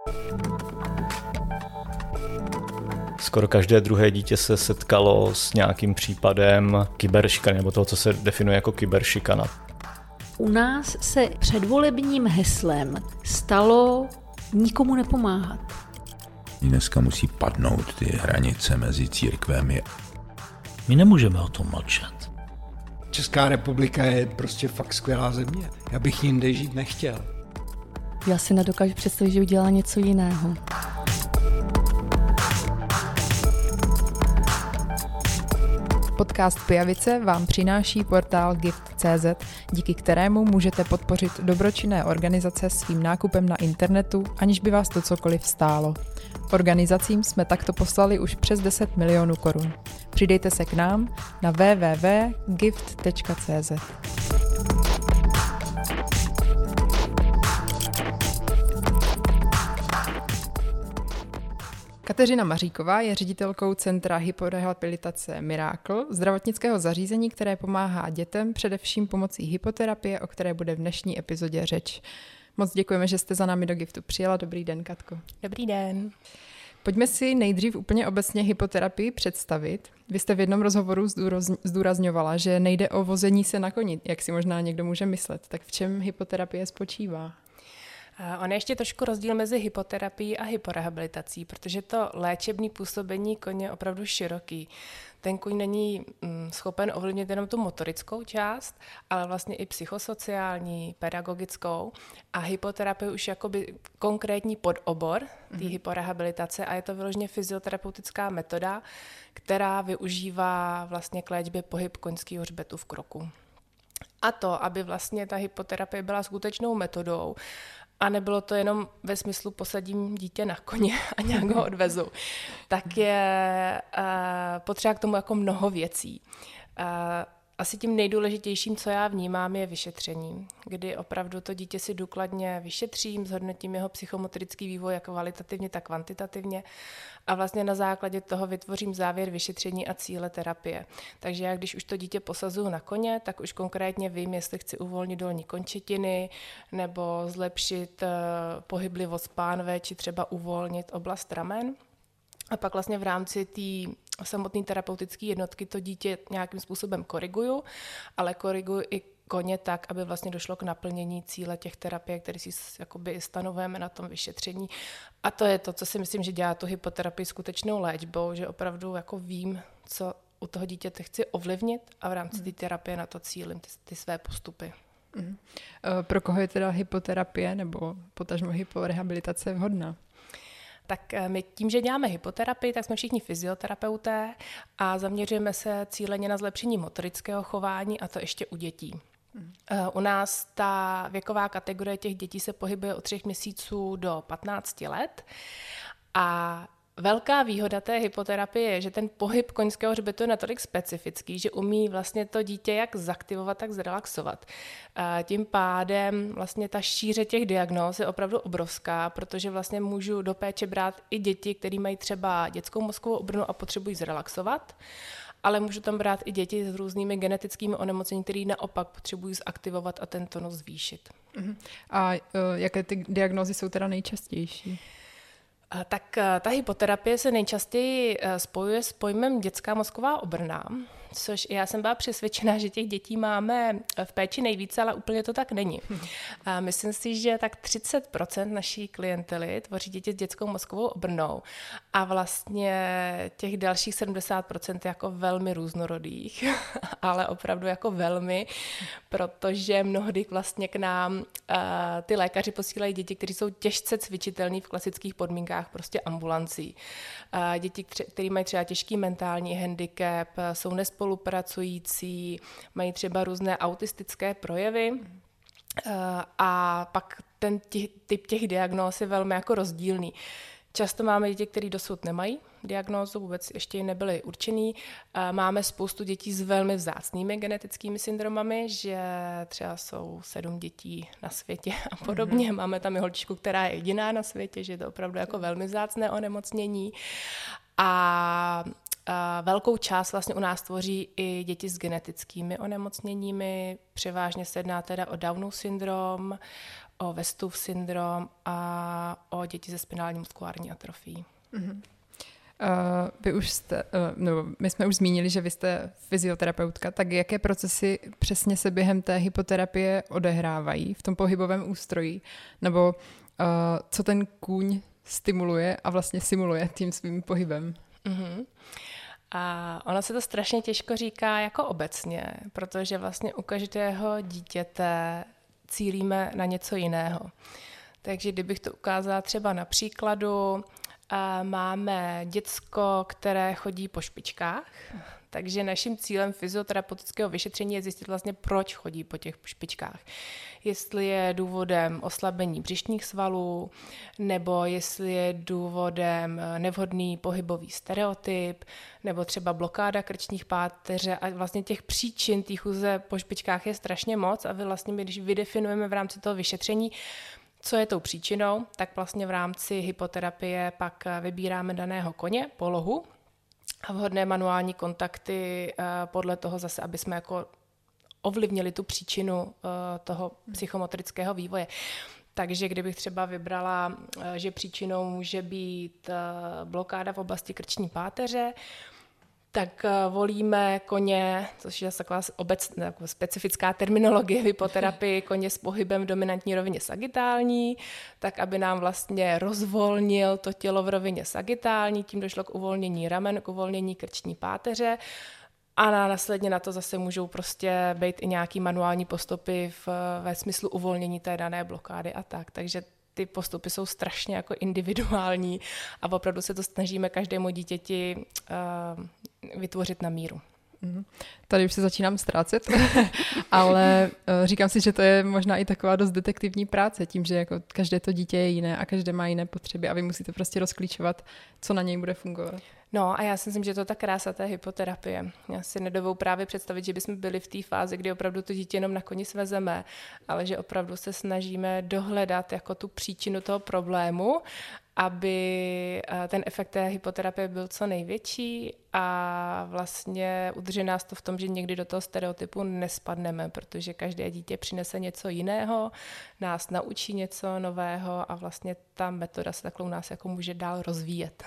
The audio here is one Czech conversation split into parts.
Skoro každé druhé dítě se setkalo s nějakým případem kyberšikany, nebo toho, co se definuje jako kyberšikana. U nás se předvolebním heslem stalo nikomu nepomáhat. Dneska musí padnout ty hranice mezi církvemi. My nemůžeme o tom mlčet. Česká republika je prostě fakt skvělá země. Já bych jinde žít nechtěl. Já si nedokážu představit, že udělá něco jiného. Podcast Pijavice vám přináší portál gift.cz, díky kterému můžete podpořit dobročinné organizace svým nákupem na internetu, aniž by vás to cokoliv stálo. Organizacím jsme takto poslali už přes 10 milionů korun. Přidejte se k nám na www.gift.cz. Kateřina Maříková je ředitelkou Centra hyporehabilitace Miracle, zdravotnického zařízení, které pomáhá dětem především pomocí hypoterapie, o které bude v dnešní epizodě řeč. Moc děkujeme, že jste za námi do Giftu přijela. Dobrý den, Katko. Dobrý den. Pojďme si nejdřív úplně obecně hypoterapii představit. Vy jste v jednom rozhovoru zdůrazňovala, že nejde o vození se na koni, jak si možná někdo může myslet. Tak v čem hypoterapie spočívá? On je ještě trošku rozdíl mezi hypoterapií a hyporehabilitací, protože to léčebné působení koně je opravdu široký. Ten kůň není schopen ovlivnit jenom tu motorickou část, ale vlastně i psychosociální, pedagogickou a hypoterapie už jakoby konkrétní podobor té hyporehabilitace a je to vyloženě fyzioterapeutická metoda, která využívá vlastně k léčbě pohyb koňského hřbetu v kroku. A to, aby vlastně ta hypoterapie byla skutečnou metodou, a nebylo to jenom ve smyslu posadím dítě na koně a nějak ho odvezu, tak je potřeba k tomu jako mnoho věcí. Asi tím nejdůležitějším, co já vnímám, je vyšetření, kdy opravdu to dítě si důkladně vyšetřím, zhodnotím jeho psychomotorický vývoj jak kvalitativně, tak kvantitativně a vlastně na základě toho vytvořím závěr vyšetření a cíle terapie. Takže já, když už to dítě posazuju na koně, tak už konkrétně vím, jestli chci uvolnit dolní končetiny nebo zlepšit pohyblivost pánve, či třeba uvolnit oblast ramen. A pak vlastně v rámci té samotné terapeutické jednotky to dítě nějakým způsobem koriguju, ale koriguju i koně tak, aby vlastně došlo k naplnění cíle těch terapie, které si jakoby stanovujeme na tom vyšetření. A to je to, co si myslím, že dělá tu hypoterapii skutečnou léčbou, že opravdu jako vím, co u toho dítěte chci ovlivnit a v rámci té terapie na to cílím ty své postupy. Pro koho je teda hypoterapie nebo potažmo hyporehabilitace vhodná? Tak my tím, že děláme hypoterapii, tak jsme všichni fyzioterapeuté a zaměřujeme se cíleně na zlepšení motorického chování a to ještě u dětí. U nás ta věková kategorie těch dětí se pohybuje od 3 měsíců do 15 let a velká výhoda té hypoterapie je, že ten pohyb koňského hřbetu je natolik specifický, že umí vlastně to dítě jak zaktivovat, tak zrelaxovat. Tím pádem vlastně ta šíře těch diagnóz je opravdu obrovská, protože vlastně můžu do péče brát i děti, které mají třeba dětskou mozkovou obrnu a potřebují zrelaxovat, ale můžu tam brát i děti s různými genetickými onemocněními, které naopak potřebují zaktivovat a ten tonus zvýšit. A jaké ty diagnózy jsou teda nejčastější? Tak ta hypoterapie se nejčastěji spojuje s pojmem dětská mozková obrna, což já jsem byla přesvědčená, že těch dětí máme v péči nejvíce, ale úplně to tak není. Myslím si, že tak 30% naší klientely tvoří děti s dětskou mozkovou obrnou a vlastně těch dalších 70% jako velmi různorodých, ale opravdu jako velmi, protože mnohdy vlastně k nám ty lékaři posílají děti, kteří jsou těžce cvičitelní v klasických podmínkách prostě ambulancí. Děti, které mají třeba těžký mentální handicap, jsou nespolupracující, mají třeba různé autistické projevy a pak ten typ těch diagnóz je velmi jako rozdílný. Často máme děti, které dosud nemají diagnózu, vůbec ještě nebyly určený. Máme spoustu dětí s velmi vzácnými genetickými syndromami, že třeba jsou 7 dětí na světě a podobně. Máme tam i holčičku, která je jediná na světě, že je to opravdu jako velmi vzácné onemocnění. A velkou část vlastně u nás tvoří i děti s genetickými onemocněními. Převážně se jedná teda o Downův syndrom, o Westův syndrom a o děti se spinální muskulární atrofií. Vy už jste, my jsme už zmínili, že vy jste fyzioterapeutka, tak jaké procesy přesně se během té hypoterapie odehrávají v tom pohybovém ústrojí? Nebo co ten kůň stimuluje a vlastně simuluje tím svým pohybem? A ono se to strašně těžko říká jako obecně, protože vlastně u každého dítěte cílíme na něco jiného. Takže kdybych to ukázala třeba na příkladu, máme děcko, které chodí po špičkách, takže naším cílem fyzioterapeutického vyšetření je zjistit vlastně, proč chodí po těch špičkách. Jestli je důvodem oslabení břišních svalů, nebo jestli je důvodem nevhodný pohybový stereotyp, nebo třeba blokáda krčních páteře a vlastně těch příčin té chůze po špičkách je strašně moc a my, když vydefinujeme v rámci toho vyšetření, co je tou příčinou, tak vlastně v rámci hypoterapie pak vybíráme daného koně, polohu a vhodné manuální kontakty podle toho zase, aby jsme jako ovlivnili tu příčinu toho psychomotorického vývoje. Takže kdybych třeba vybrala, že příčinou může být blokáda v oblasti krční páteře, tak volíme koně, což je taková jako specifická terminologie v hypoterapii, koně s pohybem v dominantní rovině sagitální, tak aby nám vlastně rozvolnil to tělo v rovině sagitální, tím došlo k uvolnění ramen, k uvolnění krční páteře a následně na to zase můžou prostě být i nějaký manuální postupy ve smyslu uvolnění té dané blokády a tak. Takže ty postupy jsou strašně jako individuální a opravdu se to snažíme každému dítěti vytvořit na míru. Tady už se začínám ztrácet, ale říkám si, že to je možná i taková dost detektivní práce, tím, že jako každé to dítě je jiné a každé má jiné potřeby a vy musíte prostě rozklíčovat, co na něj bude fungovat. No a já si myslím, že to je ta krása té hypoterapie. Já si nedovedu právě představit, že bychom byli v té fázi, kdy opravdu to dítě jenom na koni svezeme, ale že opravdu se snažíme dohledat jako tu příčinu toho problému, aby ten efekt té hypoterapie byl co největší a vlastně udrží nás to v tom, že někdy do toho stereotypu nespadneme, protože každé dítě přinese něco jiného, nás naučí něco nového a vlastně ta metoda se takhle u nás jako může dál rozvíjet.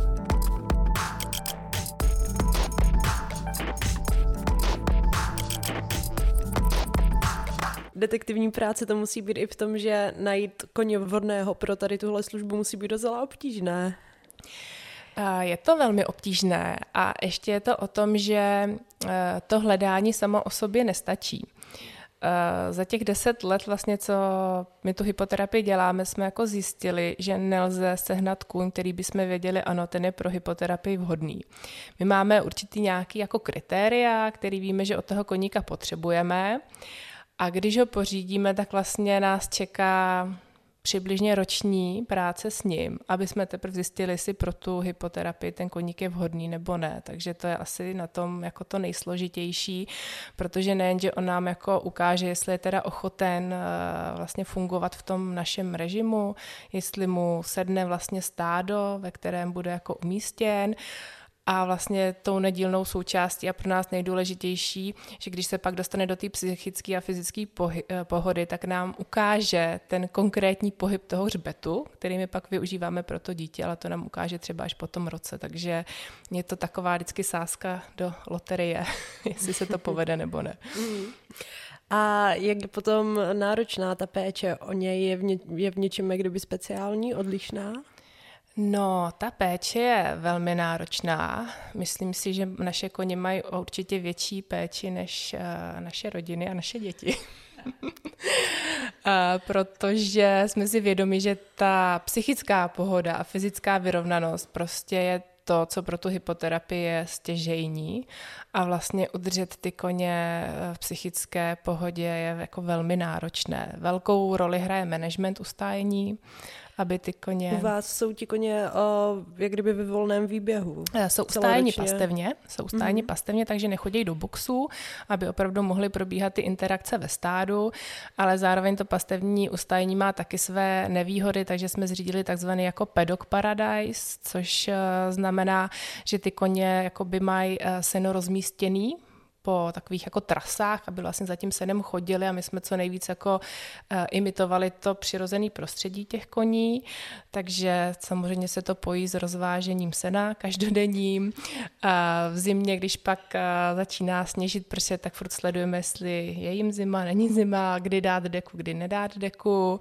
Detektivní práce to musí být i v tom, že najít koně vhodného pro tady tuhle službu musí být docela obtížné. Je to velmi obtížné a ještě je to o tom, že to hledání samo o sobě nestačí. Za těch 10 let vlastně, co my tu hypoterapii děláme, jsme jako zjistili, že nelze sehnat kůň, který bychom věděli, ano, ten je pro hypoterapii vhodný. My máme určitý nějaký jako kritéria, který víme, že od toho koníka potřebujeme. A když ho pořídíme, tak vlastně nás čeká přibližně roční práce s ním, aby jsme teprve zjistili, jestli pro tu hypoterapii ten koník je vhodný nebo ne. Takže to je asi na tom jako to nejsložitější, protože nejen, že on nám jako ukáže, jestli je teda ochoten vlastně fungovat v tom našem režimu, jestli mu sedne vlastně stádo, ve kterém bude jako umístěn, a vlastně tou nedílnou součástí a pro nás nejdůležitější, že když se pak dostane do té psychické a fyzické pohody, tak nám ukáže ten konkrétní pohyb toho hřbetu, který my pak využíváme pro to dítě, ale to nám ukáže třeba až po tom roce. Takže je to taková vždycky sázka do loterie, jestli se to povede nebo ne. A jak je potom náročná ta péče o něj? Je v něčem kdyby speciální, odlišná? No, ta péče je velmi náročná. Myslím si, že naše koně mají určitě větší péči než naše rodiny a naše děti. Protože jsme si vědomi, že ta psychická pohoda a fyzická vyrovnanost prostě je to, co pro tu hypoterapii je stěžejní a vlastně udržet ty koně v psychické pohodě je jako velmi náročné. Velkou roli hraje management ustájení, aby ty koně... U vás jsou ti koně jak kdyby ve volném výběhu? Jsou ustájeni pastevně, takže nechodí do boxu, aby opravdu mohly probíhat ty interakce ve stádu, ale zároveň to pastevní ustájení má taky své nevýhody, takže jsme zřídili takzvaný jako paddock paradise, což znamená, že ty koně jakoby mají seno rozmístěný po takových jako trasách, aby vlastně za tím senem chodili a my jsme co nejvíc jako imitovali to přirozené prostředí těch koní, takže samozřejmě se to pojí s rozvážením sena každodenním. V zimě, když pak začíná sněžit pršet, tak furt sledujeme, jestli je jim zima, není zima, kdy dát deku, kdy nedát deku.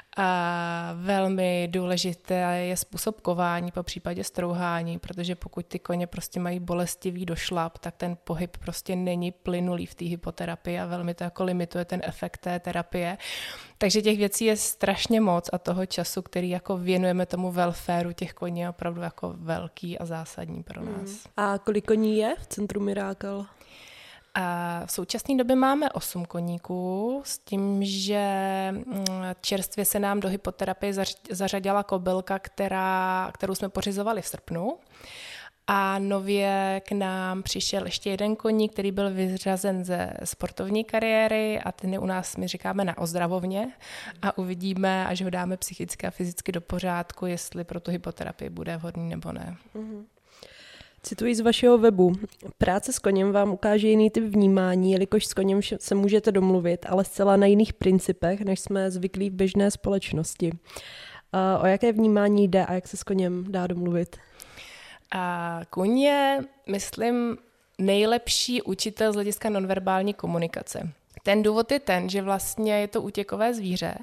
Velmi důležité je způsob kování po případě strouhání, protože pokud ty koně prostě mají bolestivý došlap, tak ten pohyb prostě není plynulý v té hypoterapii a velmi to jako limituje ten efekt té terapie. Takže těch věcí je strašně moc a toho času, který jako věnujeme tomu welfareu těch koní, je opravdu jako velký a zásadní pro nás. A kolik koní je v Centru Miracle? A v současné době máme 8 koníků s tím, že čerstvě se nám do hypoterapie zařadila kobylka, kterou jsme pořizovali v srpnu. A nově k nám přišel ještě jeden koník, který byl vyřazen ze sportovní kariéry a ten je u nás, my říkáme, na ozdravovně a uvidíme, až ho dáme psychicky a fyzicky do pořádku, jestli pro tu hypoterapii bude vhodný nebo ne. Cituji z vašeho webu. Práce s koněm vám ukáže jiný typ vnímání, jelikož s koněm se můžete domluvit, ale zcela na jiných principech, než jsme zvyklí v běžné společnosti. O jaké vnímání jde a jak se s koněm dá domluvit? Kůň je, myslím, nejlepší učitel z hlediska nonverbální komunikace. Ten důvod je ten, že vlastně je to útěkové zvíře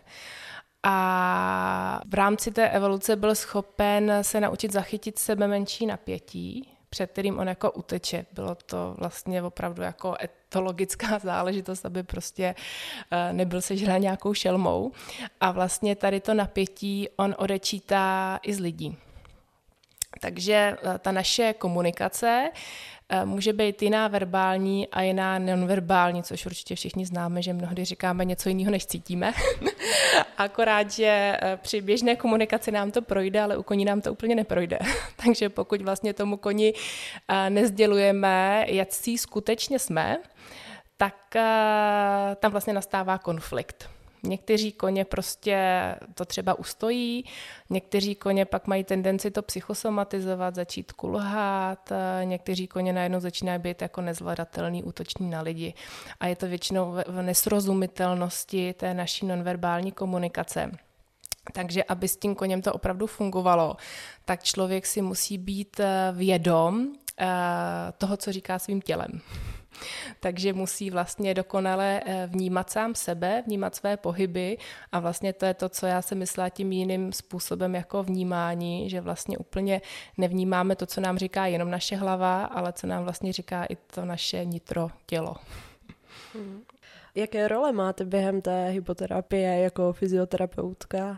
a v rámci té evoluce byl schopen se naučit zachytit sebe menší napětí, před kterým on jako uteče. Bylo to vlastně opravdu jako etologická záležitost, aby prostě nebyl sežrán nějakou šelmou. A vlastně tady to napětí on odečítá i z lidí. Takže ta naše komunikace může být jiná verbální a jiná nonverbální, což určitě všichni známe, že mnohdy říkáme něco jiného, než cítíme. Akorát, že při běžné komunikaci nám to projde, ale u koní nám to úplně neprojde. Takže pokud vlastně tomu koni nesdělujeme, jací skutečně jsme, tak tam vlastně nastává konflikt. Někteří koně prostě to třeba ustojí, někteří koně pak mají tendenci to psychosomatizovat, začít kulhat, někteří koně najednou začínají být jako nezvladatelný, útoční na lidi. A je to většinou v nesrozumitelnosti té naší nonverbální komunikace. Takže aby s tím koněm to opravdu fungovalo, tak člověk si musí být vědom toho, co říká svým tělem. Takže musí vlastně dokonale vnímat sám sebe, vnímat své pohyby a vlastně to je to, co já si myslela tím jiným způsobem jako vnímání, že vlastně úplně nevnímáme to, co nám říká jenom naše hlava, ale co nám vlastně říká i to naše nitro tělo. Jaké role máte během té hypoterapie jako fyzioterapeutka?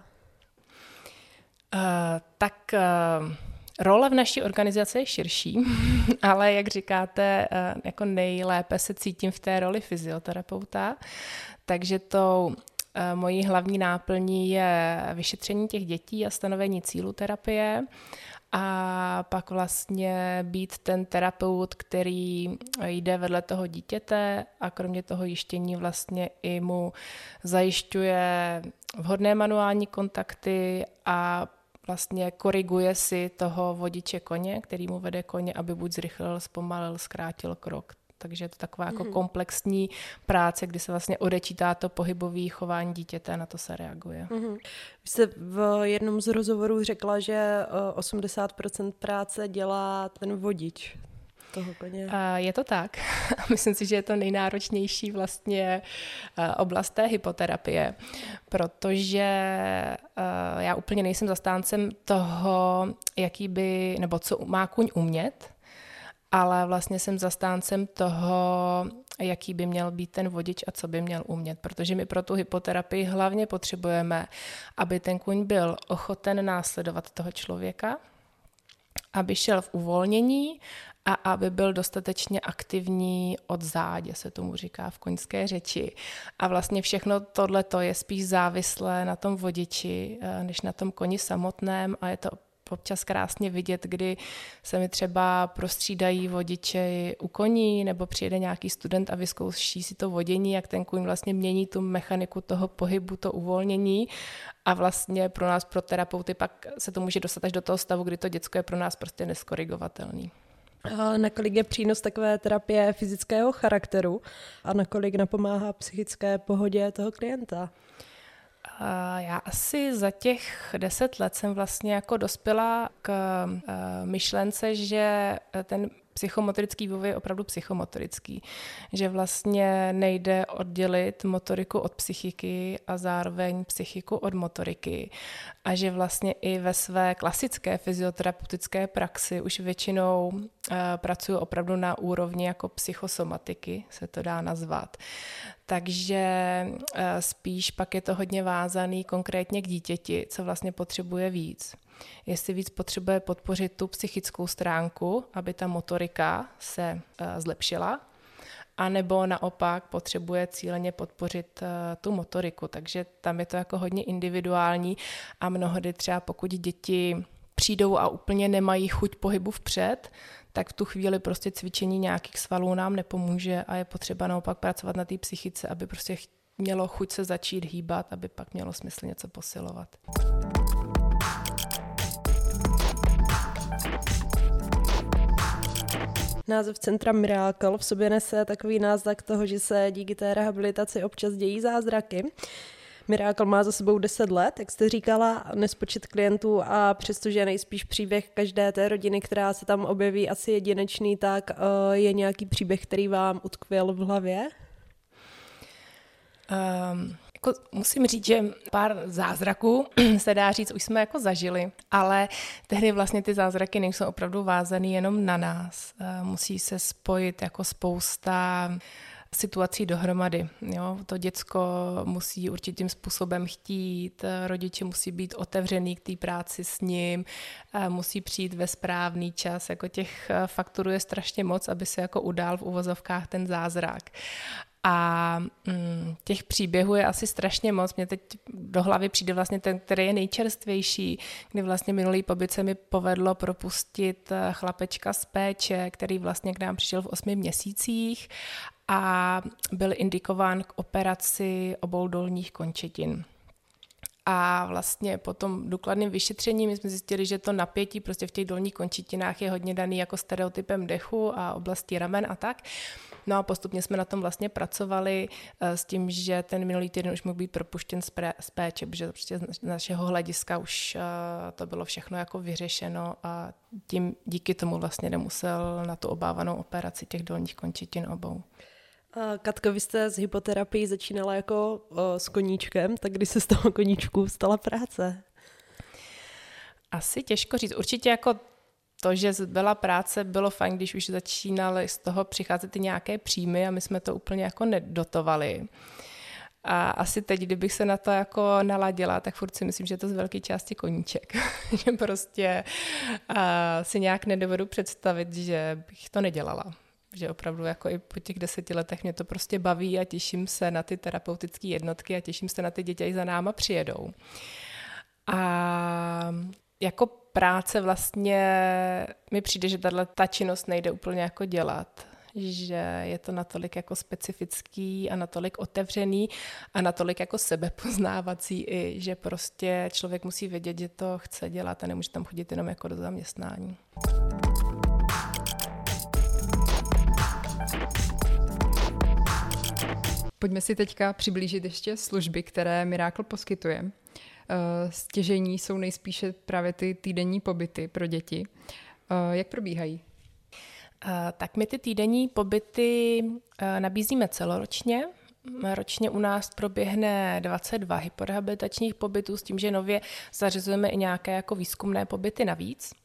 Role v naší organizaci je širší, ale jak říkáte, jako nejlépe se cítím v té roli fyzioterapeuta, takže tou mojí hlavní náplní je vyšetření těch dětí a stanovení cílu terapie a pak vlastně být ten terapeut, který jde vedle toho dítěte a kromě toho jištění vlastně i mu zajišťuje vhodné manuální kontakty a vlastně koriguje si toho vodiče koně, který mu vede koně, aby buď zrychlil, zpomalil, zkrátil krok. Takže je to taková jako komplexní práce, kdy se vlastně odečítá to pohybové chování dítěte a na to se reaguje. Vy jste v jednom z rozhovorů řekla, že 80% práce dělá ten vodič toho koně. Je to tak. Myslím si, že je to nejnáročnější vlastně oblast té hypoterapie, protože já úplně nejsem zastáncem toho, nebo co má kůň umět, ale vlastně jsem zastáncem toho, jaký by měl být ten vodič a co by měl umět, protože my pro tu hypoterapii hlavně potřebujeme, aby ten kůň byl ochoten následovat toho člověka, aby šel v uvolnění a aby byl dostatečně aktivní od zádě, se tomu říká v koňské řeči. A vlastně všechno tohleto je spíš závislé na tom vodiči, než na tom koni samotném a je to občas krásně vidět, kdy se mi třeba prostřídají vodiči u koní nebo přijede nějaký student a vyzkouší si to vodění, jak ten kůň vlastně mění tu mechaniku toho pohybu, to uvolnění a vlastně pro nás, pro terapeuty, pak se to může dostat až do toho stavu, kdy to děcko je pro nás prostě neskorigovatelný. Nakolik je přínos takové terapie fyzického charakteru a nakolik napomáhá psychické pohodě toho klienta? Já asi za těch 10 let jsem vlastně jako dospěla k myšlence, že ten psychomotorický vývoj je opravdu psychomotorický, že vlastně nejde oddělit motoriku od psychiky a zároveň psychiku od motoriky a že vlastně i ve své klasické fyzioterapeutické praxi už většinou pracuji opravdu na úrovni jako psychosomatiky, se to dá nazvat. Takže spíš pak je to hodně vázaný konkrétně k dítěti, co vlastně potřebuje víc. Jestli víc potřebuje podpořit tu psychickou stránku, aby ta motorika se zlepšila, anebo naopak potřebuje cíleně podpořit tu motoriku. Takže tam je to jako hodně individuální a mnohdy třeba pokud děti přijdou a úplně nemají chuť pohybu vpřed, tak v tu chvíli prostě cvičení nějakých svalů nám nepomůže a je potřeba naopak pracovat na té psychice, aby prostě mělo chuť se začít hýbat, aby pak mělo smysl něco posilovat. Název centra Miracle v sobě nese takový náznak toho, že se díky té rehabilitaci občas dějí zázraky. Miracle má za sebou 10 let, jak jste říkala, nespočet klientů a přestože je nejspíš příběh každé té rodiny, která se tam objeví, asi jedinečný, tak je nějaký příběh, který vám utkvěl v hlavě? Jako musím říct, že pár zázraků se dá říct, už jsme jako zažili, ale tehdy vlastně ty zázraky nejsou opravdu vázaný jenom na nás. Musí se spojit jako spousta situací dohromady. Jo? To děcko musí určitým způsobem chtít, rodiče musí být otevřený k té práci s ním, musí přijít ve správný čas. Jako těch faktorů je strašně moc, aby se jako udál v uvozovkách ten zázrak. A těch příběhů je asi strašně moc. Mně teď do hlavy přijde vlastně ten, který je nejčerstvější, kdy vlastně minulý pobyt se mi povedlo propustit chlapečka z péče, který vlastně k nám přišel v 8 měsících a byl indikován k operaci obou dolních končetin. A vlastně po tom důkladném vyšetření my jsme zjistili, že to napětí prostě v těch dolních končetinách je hodně daný jako stereotypem dechu a oblasti ramen a tak. No a postupně jsme na tom vlastně pracovali s tím, že ten minulý týden už mohl být propuštěn z péče, protože prostě z našeho hlediska už to bylo všechno jako vyřešeno a tím díky tomu vlastně nemusel na tu obávanou operaci těch dolních končetin obou. Katko, vy jste s hypoterapií začínala jako s koníčkem, tak kdy se z toho koníčku stala práce? Asi těžko říct. Určitě jako to, že byla práce, bylo fajn, když už začínaly z toho přicházet i nějaké příjmy a my jsme to úplně jako nedotovali. A asi teď, kdybych se na to jako naladila, tak furt si myslím, že je to z velké části koníček. Že prostě si nějak nedovedu představit, že bych to nedělala. Že opravdu jako i po těch 10 letech mě to prostě baví a těším se na ty terapeutické jednotky a těším se na ty děti, jak za náma přijedou. A jako práce vlastně mi přijde, že ta činnost nejde úplně jako dělat. Že je to natolik jako specifický a natolik otevřený a natolik jako sebepoznávací i, že prostě člověk musí vědět, že to chce dělat a nemůže tam chodit jenom jako do zaměstnání. Pojďme si teďka přiblížit ještě služby, které Miracle poskytuje. Stěžejní jsou nejspíše právě ty týdenní pobyty pro děti. Jak probíhají? Tak my ty týdenní pobyty nabízíme celoročně. Ročně u nás proběhne 22 hyporehabilitačních pobytů s tím, že nově zařizujeme i nějaké jako výzkumné pobyty navíc.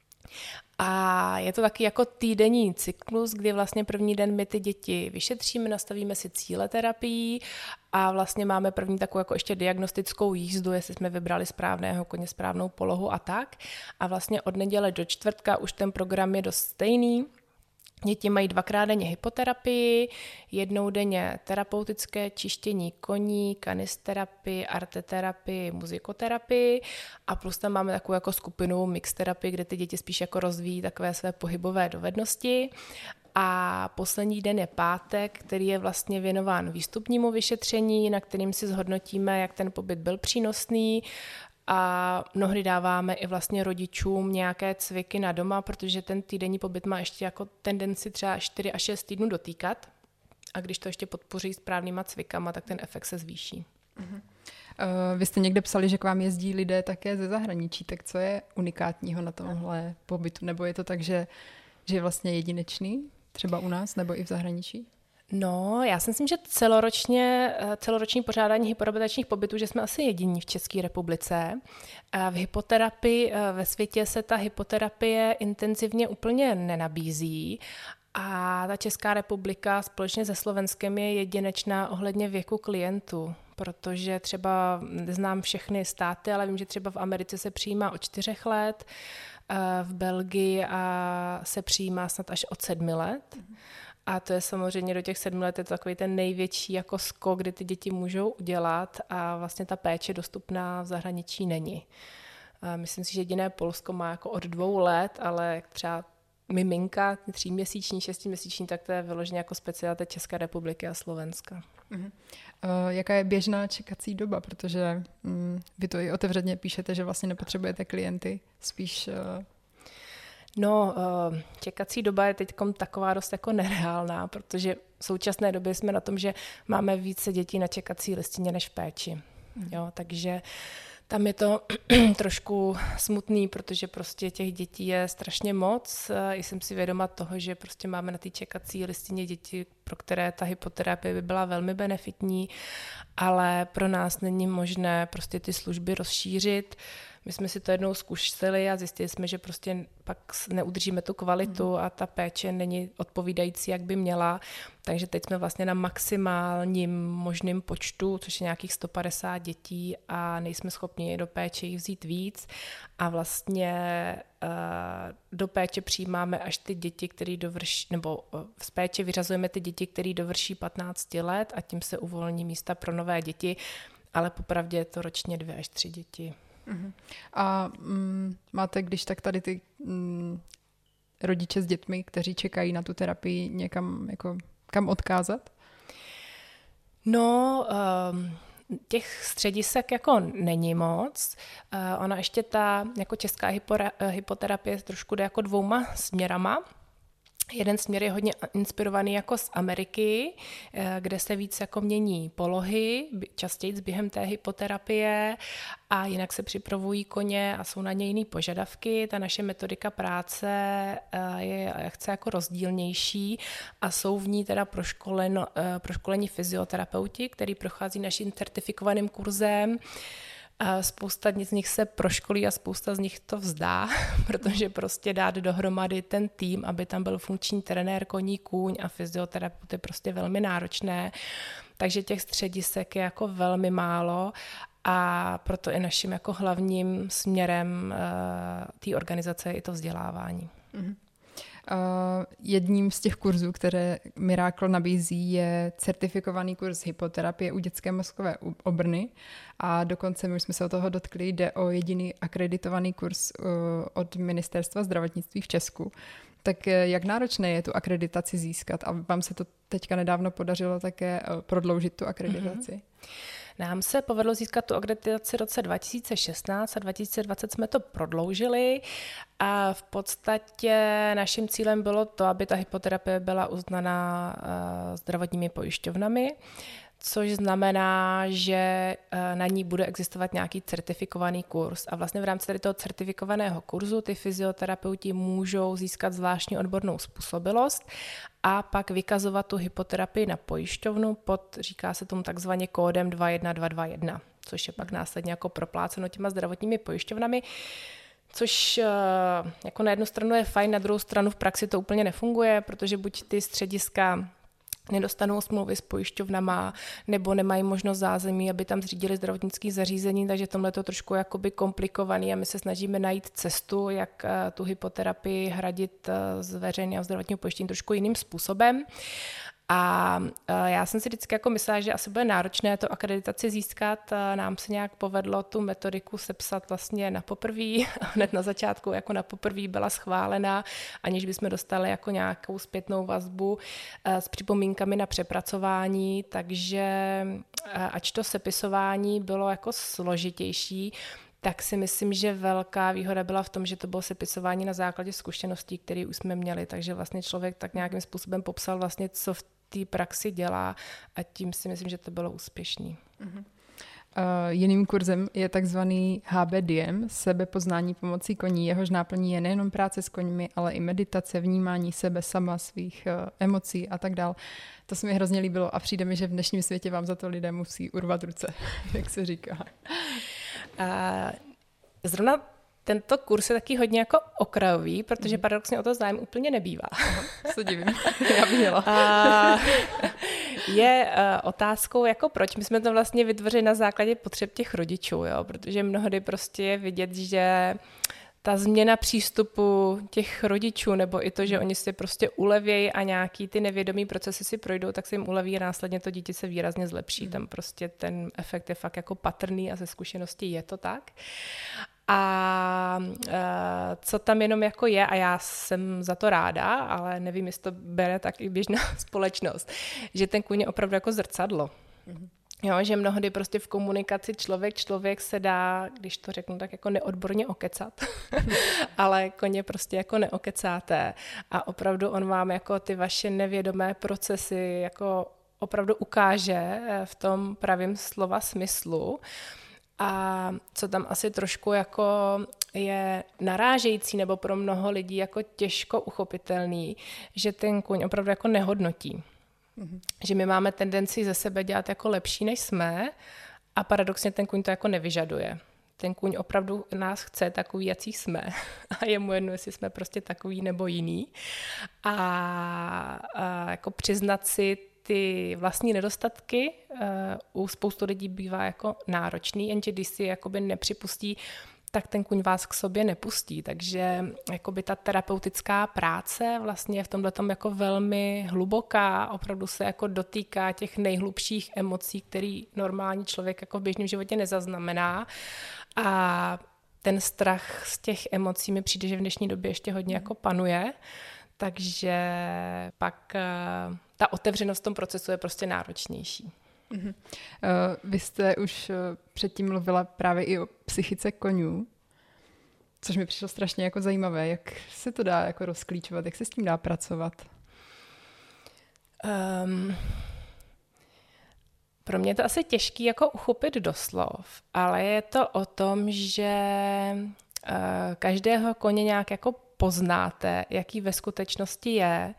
A je to taky jako týdenní cyklus, kdy vlastně první den my ty děti vyšetříme, nastavíme si cíle terapií a vlastně máme první takovou jako ještě diagnostickou jízdu, jestli jsme vybrali správného koně, správnou polohu a tak. A vlastně od neděle do čtvrtka už ten program je dost stejný. Děti mají 2krát denně hypoterapii, 1 denně terapeutické čištění koní, kanisterapii, arteterapii, muzikoterapii a plus tam máme takovou jako skupinu mixterapii, kde ty děti spíš jako rozvíjí takové své pohybové dovednosti. A poslední den je pátek, který je vlastně věnován výstupnímu vyšetření, na kterým si zhodnotíme, jak ten pobyt byl přínosný a mnohdy dáváme i vlastně rodičům nějaké cviky na doma, protože ten týdenní pobyt má ještě jako tendenci třeba 4 až 6 týdnů dotýkat a když to ještě podpoří správnýma cvikama, tak ten efekt se zvýší. Vy jste někde psali, že k vám jezdí lidé také ze zahraničí, tak co je unikátního na tomhle pobytu? Nebo je to tak, že je vlastně jedinečný, třeba u nás nebo i v zahraničí? No, já si myslím, že celoroční pořádání hyporehabilitačních pobytů, že jsme asi jediní v České republice. V hypoterapii ve světě se ta hypoterapie intenzivně úplně nenabízí a ta Česká republika společně se Slovenskem je jedinečná ohledně věku klientů, protože třeba neznám všechny státy, ale vím, že třeba v Americe se přijímá od 4 let, v Belgii se přijímá snad až od 7 let. A to je samozřejmě do těch 7 let je to takový ten největší jako skok, kdy ty děti můžou udělat a vlastně ta péče dostupná v zahraničí není. Myslím si, že jediné Polsko má jako od 2 let, ale třeba miminka 3měsíční, 6měsíční, tak to je vyloženě jako specialita České republiky a Slovenska. Jaká je běžná čekací doba? Protože vy to i otevřeně píšete, že vlastně nepotřebujete klienty, spíš... No, čekací doba je teď taková dost jako nereálná, protože v současné době jsme na tom, že máme více dětí na čekací listině než v péči. Jo, takže tam je to trošku smutný, protože prostě těch dětí je strašně moc. Jsem si vědoma toho, že prostě máme na té čekací listině děti, pro které ta hypoterapie by byla velmi benefitní, ale pro nás není možné prostě ty služby rozšířit. My jsme si to jednou zkusili a zjistili jsme, že prostě pak neudržíme tu kvalitu a ta péče není odpovídající, jak by měla. Takže teď jsme vlastně na maximálním možným počtu, což je nějakých 150 dětí a nejsme schopni do péče jich vzít víc. A vlastně do péče přijímáme až ty děti, které dovrší, nebo z péče vyřazujeme ty děti, které dovrší 15 let a tím se uvolní místa pro nové děti, ale popravdě je to ročně 2 až 3 děti. A máte, když tak tady ty rodiče s dětmi, kteří čekají na tu terapii, někam jako, kam odkázat? No, těch středisek jako není moc. Ona ještě ta jako česká hypoterapie trošku jde jako 2 směrama. Jeden směr je hodně inspirovaný jako z Ameriky, kde se víc jako mění polohy, častěji během té hypoterapie a jinak se připravují koně a jsou na ně jiné požadavky. Ta naše metodika práce je chce jako rozdílnější a jsou v ní teda proškolení fyzioterapeuti, který prochází naším certifikovaným kurzem. Spousta z nich se proškolí a spousta z nich to vzdá, protože prostě dát dohromady ten tým, aby tam byl funkční trenér, koní, kůň a fyzioterapeut je prostě velmi náročné, takže těch středisek je jako velmi málo a proto i naším jako hlavním směrem té organizace je i to vzdělávání. Jedním z těch kurzů, které Miracle nabízí, je certifikovaný kurz hypoterapie u dětské mozkové obrny a dokonce my jsme se o toho dotkli, jde o jediný akreditovaný kurz od Ministerstva zdravotnictví v Česku. Tak jak náročné je tu akreditaci získat a vám se to teďka nedávno podařilo také prodloužit tu akreditaci? Nám se povedlo získat tu akreditaci v roce 2016 a 2020 jsme to prodloužili a v podstatě naším cílem bylo to, aby ta hypoterapie byla uznaná zdravotními pojišťovnami, což znamená, že na ní bude existovat nějaký certifikovaný kurz. A vlastně v rámci tady toho certifikovaného kurzu ty fyzioterapeuti můžou získat zvláštní odbornou způsobilost a pak vykazovat tu hypoterapii na pojišťovnu říká se tomu takzvaně kódem 21221, což je pak následně jako propláceno těma zdravotními pojišťovnami, což jako na jednu stranu je fajn, na druhou stranu v praxi to úplně nefunguje, protože buď ty střediska nedostanou smlouvy s pojišťovnama, nebo nemají možnost zázemí, aby tam zřídili zdravotnické zařízení, takže tomhle je to trošku jakoby komplikovaný a my se snažíme najít cestu, jak tu hypoterapii hradit z veřejného zdravotního pojištění trošku jiným způsobem. A já jsem si vždycky jako myslela, že asi bude náročné to akreditaci získat. Nám se nějak povedlo tu metodiku sepsat vlastně na poprví. Hned na začátku jako na poprví byla schválena, aniž bychom dostali jako nějakou zpětnou vazbu s připomínkami na přepracování, takže ač to sepisování bylo jako složitější, tak si myslím, že velká výhoda byla v tom, že to bylo sepisování na základě zkušeností, které už jsme měli, takže vlastně člověk tak nějakým způsobem popsal vlastně, co v té praxi dělá a tím si myslím, že to bylo úspěšný. Jiným kurzem je takzvaný HBDM, sebepoznání pomocí koní. Jehož náplní je nejenom práce s koňmi, ale i meditace, vnímání sebe sama, svých emocí a tak dál. To se mi hrozně líbilo a přijde mi, že v dnešním světě vám za to lidé musí urvat ruce, jak se říká. Zrovna tento kurz je taky hodně jako okrajový, protože paradoxně o to zájem úplně nebývá. Se divím, já bych měla. Je otázkou, jako proč. My jsme to vlastně vytvořili na základě potřeb těch rodičů, jo? Protože mnohdy prostě je vidět, že ta změna přístupu těch rodičů, nebo i to, že oni si prostě ulevějí a nějaký ty nevědomý procesy si projdou, tak se jim uleví a následně to dítě se výrazně zlepší. Tam prostě ten efekt je fakt jako patrný a ze zkušeností je to tak. A co tam jenom jako je, a já jsem za to ráda, ale nevím, jestli to bere tak i běžná společnost, že ten kůň je opravdu jako zrcadlo. Jo, že mnohdy prostě v komunikaci člověk se dá, když to řeknu, tak jako neodborně okecat, ale koně prostě jako neokecáte a opravdu on vám jako ty vaše nevědomé procesy jako opravdu ukáže v tom pravém slova smyslu. A co tam asi trošku jako je narážející nebo pro mnoho lidí jako těžko uchopitelný, že ten kůň opravdu jako nehodnotí. Že my máme tendenci ze sebe dělat jako lepší, než jsme a paradoxně ten kůň to jako nevyžaduje. Ten kůň opravdu nás chce takový, jací jsme a je mu jedno, jestli jsme prostě takový nebo jiný. A jako přiznat si ty vlastní nedostatky u spoustu lidí bývá jako náročný, jenže když si jakoby nepřipustí, tak ten kůň vás k sobě nepustí. Takže jakoby ta terapeutická práce vlastně je v tomhletom jako velmi hluboká, opravdu se jako dotýká těch nejhlubších emocí, který normální člověk jako v běžném životě nezaznamená. A ten strach z těch emocí mi přijde, že v dnešní době ještě hodně jako panuje. Takže pak ta otevřenost v tom procesu je prostě náročnější. Vy jste už předtím mluvila právě i o psychice koňů, což mi přišlo strašně jako zajímavé. Jak se to dá jako rozklíčovat, jak se s tím dá pracovat? Pro mě je to asi těžký jako uchopit doslov, ale je to o tom, že každého koně nějak jako poznáte, jaký ve skutečnosti je.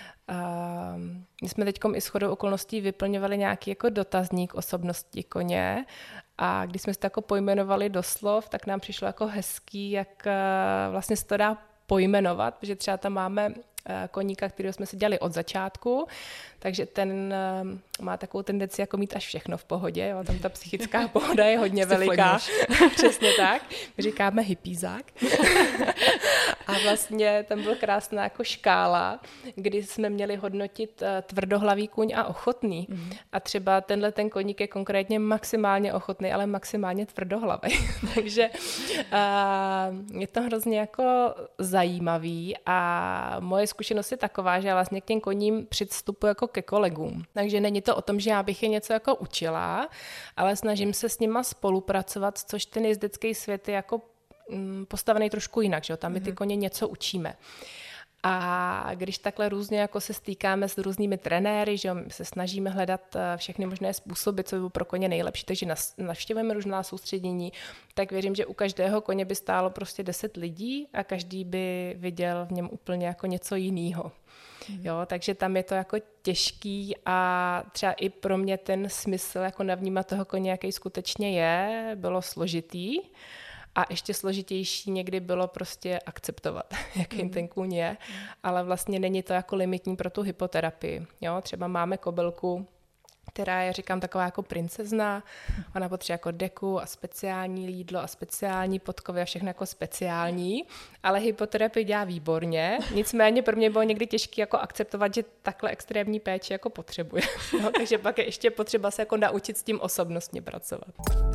My jsme teďkom i shodou okolností vyplňovali nějaký jako dotazník osobnosti koně a když jsme si to jako pojmenovali doslov, tak nám přišlo jako hezký, jak vlastně se to dá pojmenovat, protože třeba tam máme koníka, kterého jsme si dělali od začátku, takže ten má takovou tendenci jako mít až všechno v pohodě, jo? Tam ta psychická pohoda je hodně veliká. Přesně tak. My říkáme hippízák. A vlastně tam byla krásná jako škála, kdy jsme měli hodnotit tvrdohlavý kůň a ochotný. A třeba tenhle ten koník je konkrétně maximálně ochotný, ale maximálně tvrdohlavý. Takže je to hrozně jako zajímavý a moje zkušenost je taková, že já vlastně k těm koním přistupuji jako ke kolegům. Takže není to o tom, že já bych je něco jako učila, ale snažím se s nima spolupracovat, což ten jezdecký svět je jako postavený trošku jinak, že jo? Tam my ty koně něco učíme. A když takhle různě jako se stýkáme s různými trenéry, že se snažíme hledat všechny možné způsoby, co by pro koně nejlepší, takže navštěvujeme různá soustředění, tak věřím, že u každého koně by stálo prostě 10 lidí a každý by viděl v něm úplně jako něco jiného. Jo, takže tam je to jako těžký a třeba i pro mě ten smysl jako navnímat toho koně, jaký skutečně je, bylo složitý. A ještě složitější někdy bylo prostě akceptovat, jaký ten kůň je, ale vlastně není to jako limitní pro tu hypoterapii. Jo? Třeba máme kobylku, která je, říkám, taková jako princezna, ona potřebuje jako deku a speciální lídlo a speciální podkovy a všechno jako speciální, ale hypoterapii dělá výborně, nicméně pro mě bylo někdy těžké jako akceptovat, že takhle extrémní péči jako potřebuje. No, takže pak je ještě potřeba se jako naučit s tím osobnostně pracovat.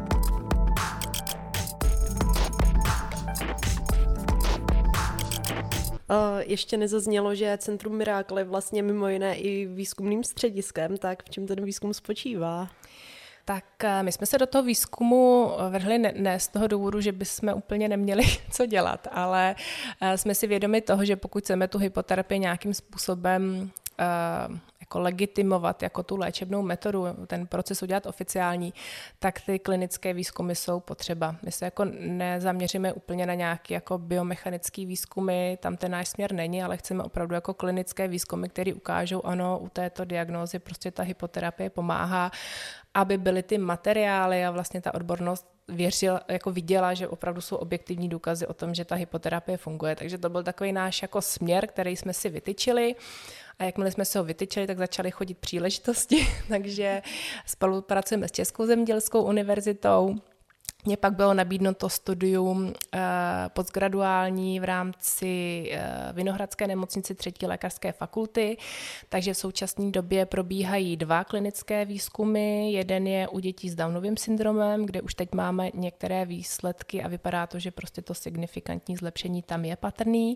Ještě nezaznělo, že Centrum Miracle je vlastně mimo jiné i výzkumným střediskem, tak v čem ten výzkum spočívá? Tak my jsme se do toho výzkumu vrhli ne z toho důvodu, že bychom úplně neměli co dělat, ale jsme si vědomi toho, že pokud chceme tu hypoterapii nějakým způsobem jako legitimovat jako tu léčebnou metodu, ten proces udělat oficiální, tak ty klinické výzkumy jsou potřeba. My se jako nezaměříme úplně na nějaký jako biomechanický výzkumy, tam ten náš směr není, ale chceme opravdu jako klinické výzkumy, které ukážou, ano, u této diagnózy prostě ta hypoterapie pomáhá, aby byly ty materiály a vlastně ta odbornost viděla, že opravdu jsou objektivní důkazy o tom, že ta hypoterapie funguje. Takže to byl takový náš jako směr, který jsme si vytyčili. A jakmile jsme se ho vytyčili, tak začaly chodit příležitosti. Takže spolupracujeme s Českou zemědělskou univerzitou. Mně pak bylo nabídnuto studium postgraduální v rámci Vinohradské nemocnice 3. lékařské fakulty, takže v současné době probíhají 2 klinické výzkumy. Jeden je u dětí s Downovým syndromem, kde už teď máme některé výsledky a vypadá to, že prostě to signifikantní zlepšení tam je patrný.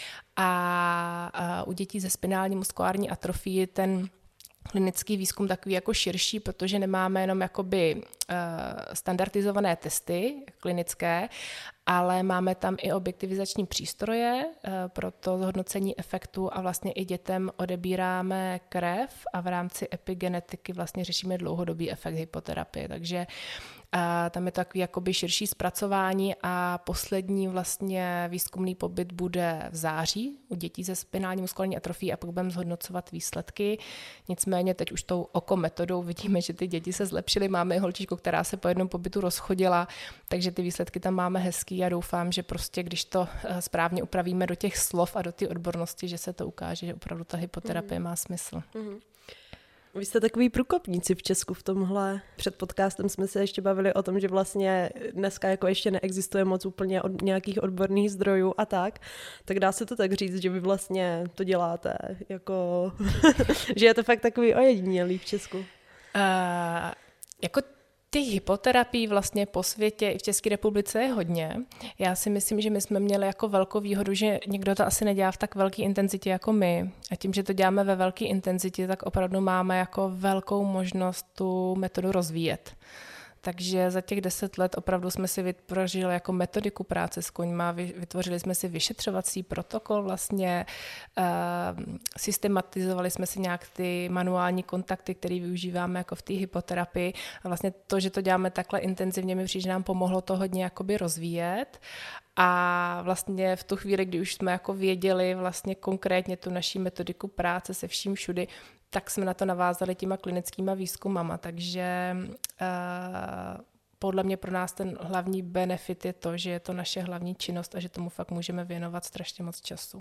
A u dětí se spinální muskulární atrofií ten klinický výzkum takový jako širší, protože nemáme jenom jakoby standardizované testy klinické, ale máme tam i objektivizační přístroje pro to zhodnocení efektu a vlastně i dětem odebíráme krev a v rámci epigenetiky vlastně řešíme dlouhodobý efekt hypoterapie, takže tam je to takový jakoby širší zpracování a poslední vlastně výzkumný pobyt bude v září u dětí se spinální muskulární atrofií a pak budeme zhodnocovat výsledky. Nicméně teď už tou oko metodou vidíme, že ty děti se zlepšily. Máme i holčičku, která se po jednom pobytu rozchodila, takže ty výsledky tam máme hezký a doufám, že prostě když to správně upravíme do těch slov a do té odbornosti, že se to ukáže, že opravdu ta hypoterapie má smysl. Vy jste takový průkopníci v Česku v tomhle. Před podcastem jsme se ještě bavili o tom, že vlastně dneska jako ještě neexistuje moc úplně od nějakých odborných zdrojů a tak dá se to tak říct, že vy vlastně to děláte, jako že je to fakt takový ojedinělý v Česku. Jako těch hypoterapií vlastně po světě i v České republice je hodně. Já si myslím, že my jsme měli jako velkou výhodu, že nikdo to asi nedělá v tak velké intenzitě jako my. A tím, že to děláme ve velké intenzitě, tak opravdu máme jako velkou možnost tu metodu rozvíjet. Takže za těch 10 let opravdu jsme si vytvořili jako metodiku práce s koňma, vytvořili jsme si vyšetřovací protokol, vlastně systematizovali jsme si nějak ty manuální kontakty, které využíváme jako v té hypoterapii. A vlastně to, že to děláme takhle intenzivně, mi přijde, že nám pomohlo to hodně jakoby rozvíjet. A vlastně v tu chvíli, kdy už jsme jako věděli vlastně konkrétně tu naší metodiku práce se vším všudy, tak jsme na to navázali těma klinickýma výzkumama, takže podle mě pro nás ten hlavní benefit je to, že je to naše hlavní činnost a že tomu fakt můžeme věnovat strašně moc času.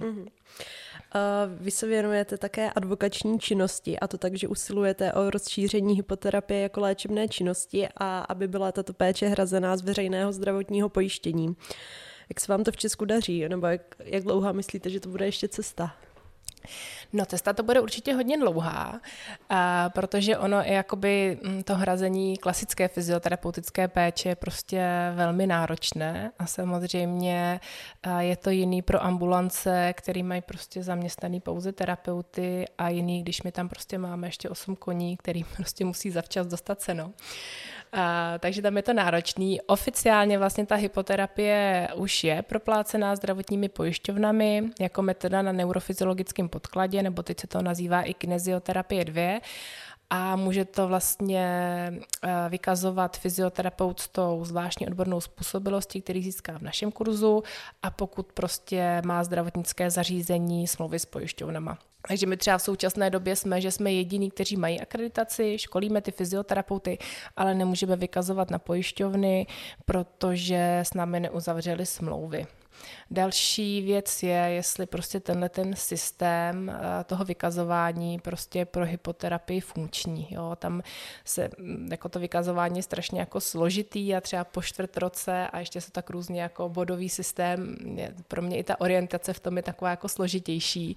Vy se věnujete také advokační činnosti a to tak, že usilujete o rozšíření hypoterapie jako léčebné činnosti a aby byla tato péče hrazená z veřejného zdravotního pojištění. Jak se vám to v Česku daří, nebo jak dlouhá myslíte, že to bude ještě cesta? No, cesta to bude určitě hodně dlouhá, protože ono je jakoby to hrazení klasické fyzioterapeutické péče je prostě velmi náročné a samozřejmě je to jiný pro ambulance, který mají prostě zaměstnaný pouze terapeuty a jiný, když my tam prostě máme ještě 8 koní, který prostě musí zavčas dostat seno. Takže tam je to náročný. Oficiálně vlastně ta hypoterapie už je proplácená zdravotními pojišťovnami jako metoda na neurofyziologickém podkladě, nebo teď se to nazývá i kinezioterapie 2. A může to vlastně vykazovat fyzioterapeut s tou zvláštní odbornou způsobilostí, který získá v našem kurzu a pokud prostě má zdravotnické zařízení smlouvy s pojišťovnama. Takže my třeba v současné době že jsme jediní, kteří mají akreditaci, školíme ty fyzioterapeuty, ale nemůžeme vykazovat na pojišťovny, protože s námi neuzavřeli smlouvy. Další věc je, jestli prostě ten systém toho vykazování prostě je pro hypoterapii funkční. Jo? Tam se jako to vykazování je strašně jako složitý a třeba po 4 roce a ještě se tak různě jako bodový systém, pro mě i ta orientace v tom je taková jako složitější.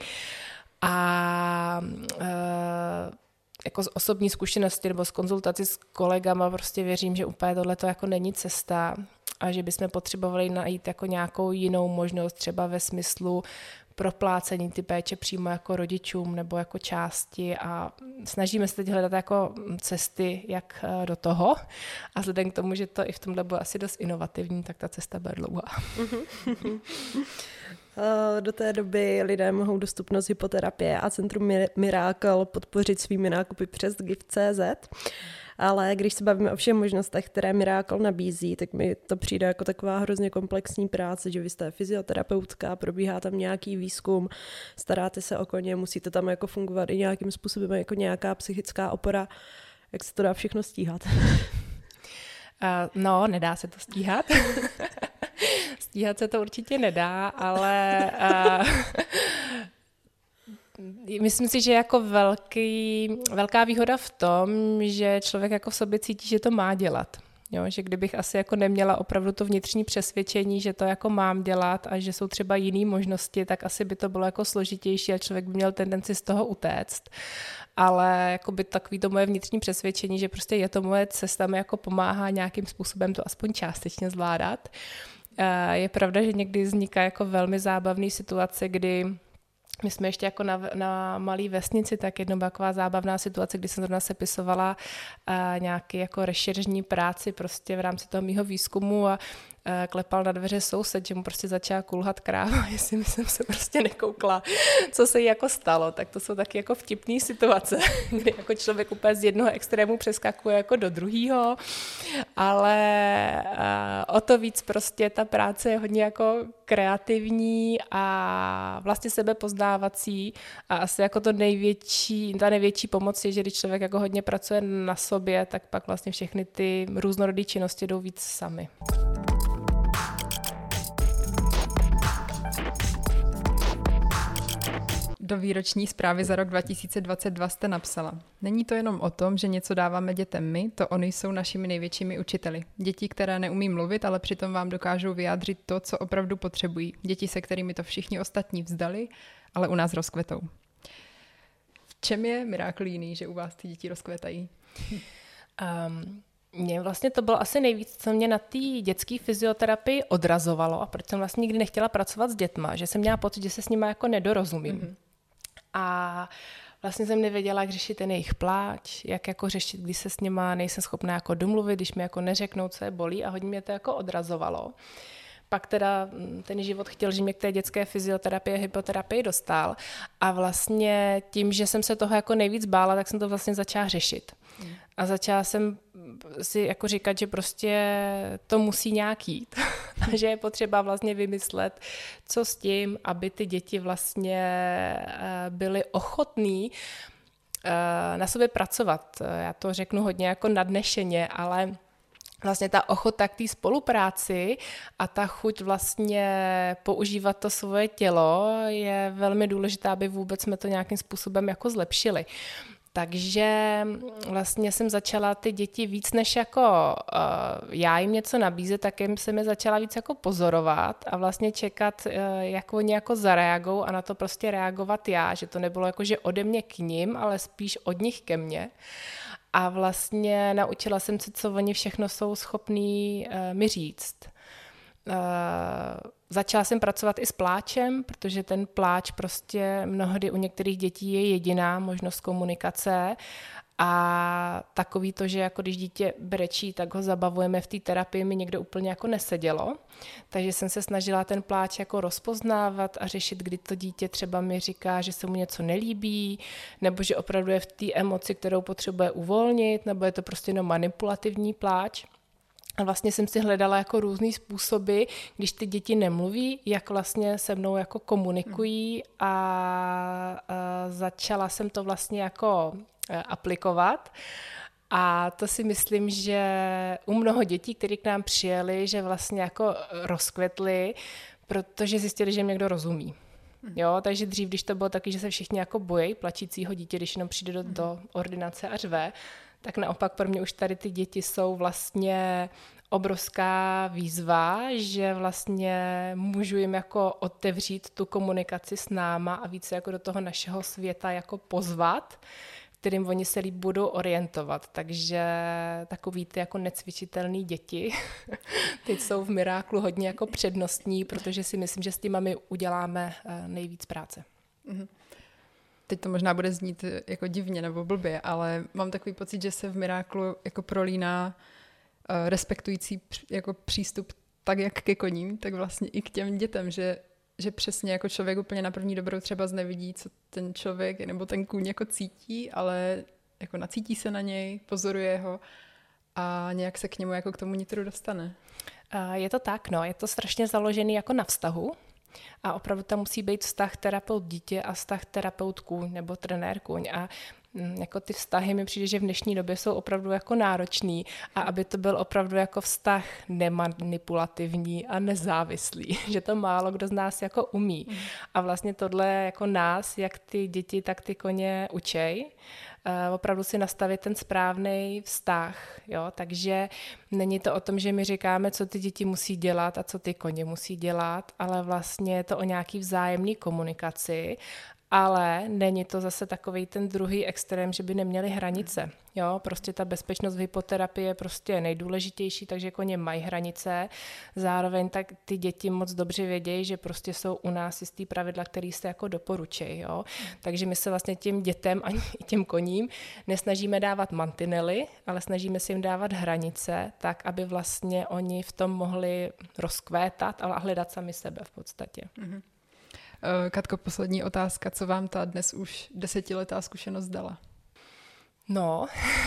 A jako z osobní zkušenosti nebo z konzultací s kolegama prostě věřím, že úplně tohleto jako není cesta a že bychom potřebovali najít jako nějakou jinou možnost třeba ve smyslu proplácení ty péče přímo jako rodičům nebo jako části a snažíme se teď hledat jako cesty, jak do toho a vzhledem k tomu, že to i v tomhle bylo asi dost inovativní, tak ta cesta bude dlouhá. Do té doby lidé mohou dostupnost hypoterapie a Centrum Miracle podpořit svými nákupy přes gift.cz. Ale když se bavíme o všech možnostech, které Miracle nabízí, tak mi to přijde jako taková hrozně komplexní práce, že vy jste fyzioterapeutka, probíhá tam nějaký výzkum, staráte se o koně, musíte tam jako fungovat i nějakým způsobem jako nějaká psychická opora. Jak se to dá všechno stíhat? No, nedá se to stíhat. Stíhat se to určitě nedá, ale myslím si, že jako velká výhoda v tom, že člověk jako v sobě cítí, že to má dělat. Jo, že kdybych asi jako neměla opravdu to vnitřní přesvědčení, že to jako mám dělat a že jsou třeba jiné možnosti, tak asi by to bylo jako složitější a člověk by měl tendenci z toho utéct. Ale jakoby takový to moje vnitřní přesvědčení, že prostě je to moje cesta, mi jako pomáhá nějakým způsobem to aspoň částečně zvládat. Je pravda, že někdy vzniká jako velmi zábavný situace, kdy my jsme ještě jako na malé vesnici, tak jednou byla taková zábavná situace, kdy jsem zrovna sepisovala nějaký jako rešeržní práci prostě v rámci toho mýho výzkumu a klepal na dveře soused, že mu prostě začala kulhat kráva, jestli jsem se prostě nekoukla, co se jí jako stalo. Tak to jsou taky jako vtipný situace, kdy jako člověk úplně z jednoho extrému přeskakuje jako do druhého, ale o to víc prostě ta práce je hodně jako kreativní a vlastně sebepoznávací a asi jako ta největší pomoc je, že když člověk jako hodně pracuje na sobě, tak pak vlastně všechny ty různorodé činnosti jdou víc sami. Do výroční zprávy za rok 2022 jste napsala: Není to jenom o tom, že něco dáváme dětem my, to oni jsou našimi největšími učiteli. Děti, které neumí mluvit, ale přitom vám dokážou vyjádřit to, co opravdu potřebují. Děti, se kterými to všichni ostatní vzdali, ale u nás rozkvetou. V čem je Miracle jiný, že u vás ty děti rozkvetají? Mně vlastně to bylo asi nejvíc, co mě na té dětské fyzioterapii odrazovalo a proč jsem vlastně nikdy nechtěla pracovat s dětma, že jsem měla pocit, že se s nimi jako nedorozumím. Mm-hmm. A vlastně jsem nevěděla, jak řešit ten jejich pláč, jak jako řešit, když se s nima nejsem schopná jako domluvit, když mi jako neřeknou, co je bolí a hodně mě to jako odrazovalo. Pak teda ten život chtěl, že mě k té dětské fyzioterapii a hypoterapii dostal a vlastně tím, že jsem se toho jako nejvíc bála, tak jsem to vlastně začala řešit. A začala jsem si jako říkat, že prostě to musí nějak jít. A že je potřeba vlastně vymyslet, co s tím, aby ty děti vlastně byly ochotný na sobě pracovat. Já to řeknu hodně jako nadnešeně, ale vlastně ta ochota k té spolupráci a ta chuť vlastně používat to svoje tělo je velmi důležitá, aby vůbec jsme to nějakým způsobem jako zlepšili. Takže vlastně jsem začala ty děti víc než jako já jim něco nabízet, tak jsem je začala víc jako pozorovat a vlastně čekat, jak oni jako zareagují a na to prostě reagovat já, že to nebylo jako, že ode mě k nim, ale spíš od nich ke mně. A vlastně naučila jsem se, co oni všechno jsou schopní mi říct. Začala jsem pracovat i s pláčem, protože ten pláč prostě mnohdy u některých dětí je jediná možnost komunikace a takový to, že jako když dítě brečí, tak ho zabavujeme v té terapii, mi někde úplně jako nesedělo. Takže jsem se snažila ten pláč jako rozpoznávat a řešit, kdy to dítě třeba mi říká, že se mu něco nelíbí, nebo že opravdu je v té emoci, kterou potřebuje uvolnit, nebo je to prostě jenom manipulativní pláč. A vlastně jsem si hledala jako různý způsoby, když ty děti nemluví, jak vlastně se mnou jako komunikují a začala jsem to vlastně jako aplikovat. A to si myslím, že u mnoho dětí, které k nám přijeli, že vlastně jako rozkvetly, protože zjistili, že jim někdo rozumí. Jo, takže dřív, když to bylo taky, že se všichni jako bojí plačícího dítě, když jenom přijde do ordinace a řve, tak naopak pro mě už tady ty děti jsou vlastně obrovská výzva, že vlastně můžu jim jako otevřít tu komunikaci s náma a více jako do toho našeho světa jako pozvat, kterým oni se líp budou orientovat. Takže takový ty jako necvičitelný děti, teď jsou v Miráklu hodně jako přednostní, protože si myslím, že s tím my uděláme nejvíc práce. Teď to možná bude znít jako divně nebo blbě, ale mám takový pocit, že se v Miráklu jako prolíná respektující jako přístup tak jak ke koním, tak vlastně i k těm dětem, že přesně jako člověk úplně na první dobrou třeba nevidí, co ten člověk nebo ten kůň jako cítí, ale jako nacítí se na něj, pozoruje ho a nějak se k němu jako k tomu nitru dostane. Je to tak, no, je to strašně založený jako na vztahu a opravdu tam musí být vztah terapeut dítě a vztah terapeut kůň nebo trenér kůň a jako ty vztahy mi přijde, že v dnešní době jsou opravdu jako náročný a aby to byl opravdu jako vztah nemanipulativní a nezávislý, že to málo kdo z nás jako umí. A vlastně tohle jako nás, jak ty děti, tak ty koně učej, opravdu si nastavit ten správný vztah, jo, takže není to o tom, že my říkáme, co ty děti musí dělat a co ty koně musí dělat, ale vlastně je to o nějaký vzájemný komunikaci. Ale není to zase takovej ten druhý extrém, že by neměli hranice. Jo, prostě ta bezpečnost v hypoterapii je prostě nejdůležitější, takže koně mají hranice. Zároveň tak ty děti moc dobře vědějí, že prostě jsou u nás jistý pravidla, které se jako doporučejí. Jo. Takže my se vlastně těm dětem a těm koním nesnažíme dávat mantinely, ale snažíme se jim dávat hranice, tak, aby vlastně oni v tom mohli rozkvétat a hledat sami sebe v podstatě. Mm-hmm. Katko, poslední otázka. Co vám ta dnes už 10letá zkušenost dala? No,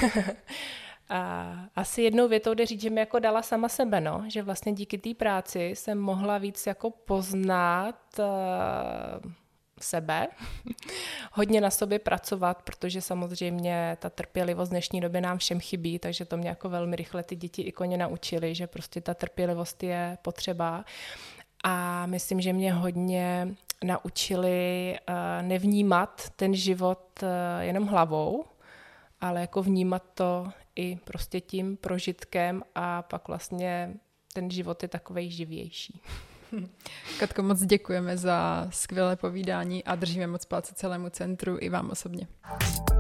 asi jednou větou jde říct, že mi jako dala sama sebe, no. Že vlastně díky té práci jsem mohla víc jako poznat sebe, hodně na sobě pracovat, protože samozřejmě ta trpělivost v dnešní době nám všem chybí, takže to mě jako velmi rychle ty děti i koně naučili, že prostě ta trpělivost je potřeba. A myslím, že mě hodně naučili nevnímat ten život jenom hlavou, ale jako vnímat to i prostě tím prožitkem a pak vlastně ten život je takovej živější. Katko, moc děkujeme za skvělé povídání a držíme moc palce celému centru i vám osobně.